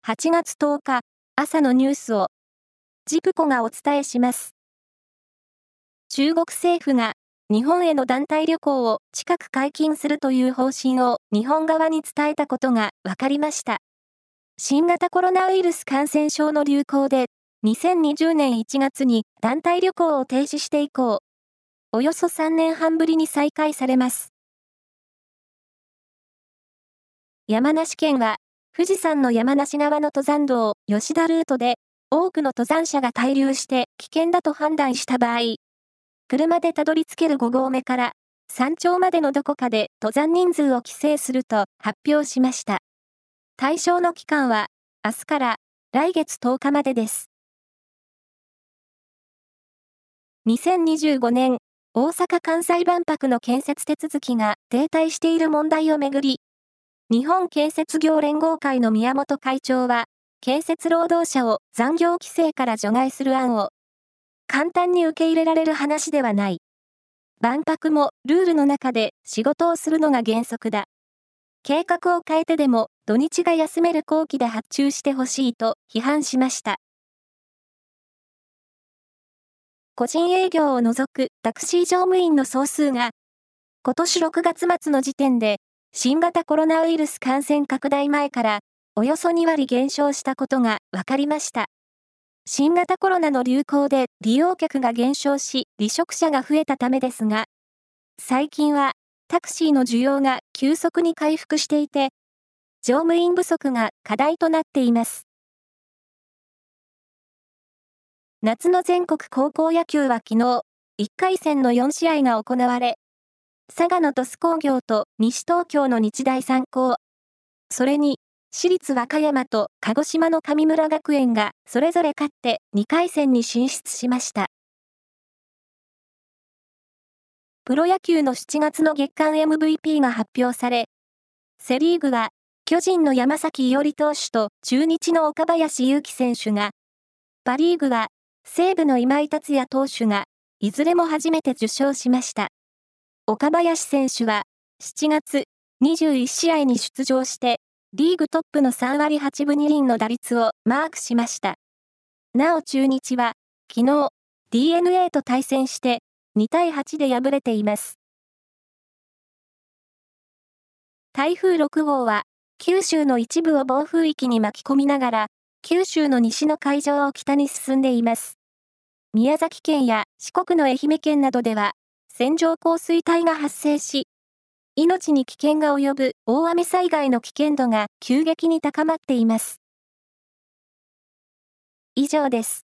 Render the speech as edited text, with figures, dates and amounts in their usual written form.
8月10日、朝のニュースを、ジプコがお伝えします。中国政府が、日本への団体旅行を近く解禁するという方針を日本側に伝えたことが分かりました。新型コロナウイルス感染症の流行で、2020年1月に団体旅行を停止して以降、およそ3年半ぶりに再開されます。山梨県は、富士山の山梨側の登山道、吉田ルートで、多くの登山者が滞留して危険だと判断した場合、車でたどり着ける5合目から山頂までのどこかで登山人数を規制すると発表しました。対象の期間は明日から来月10日までです。2025年大阪・関西万博の建設手続きが停滞している問題をめぐり、日本建設業連合会の宮本会長は、建設労働者を残業規制から除外する案を、簡単に受け入れられる話ではない。万博もルールの中で仕事をするのが原則だ。計画を変えてでも土日が休める工期で発注してほしいと批判しました。個人営業を除くタクシー乗務員の総数が、今年6月末の時点で、新型コロナウイルス感染拡大前からおよそ2割減少したことが分かりました。新型コロナの流行で利用客が減少し離職者が増えたためですが、最近はタクシーの需要が急速に回復していて、乗務員不足が課題となっています。夏の全国高校野球は昨日、1回戦の4試合が行われ、佐賀の鳥栖工業と西東京の日大三高、それに市立和歌山と鹿児島の神村学園がそれぞれ勝って2回戦に進出しました。プロ野球の7月の月間 MVP が発表され、セリーグは巨人の山崎伊織投手と中日の岡林勇希選手が、パリーグは西武の今井達也投手がいずれも初めて受賞しました。岡林選手は7月21試合に出場してリーグトップの3割8分2厘の打率をマークしました。なお中日は昨日 DNA と対戦して2対8で敗れています。台風6号は九州の一部を暴風域に巻き込みながら九州の西の海上を北に進んでいます。宮崎県や四国の愛媛県などでは線状降水帯が発生し、命に危険が及ぶ大雨災害の危険度が急激に高まっています。以上です。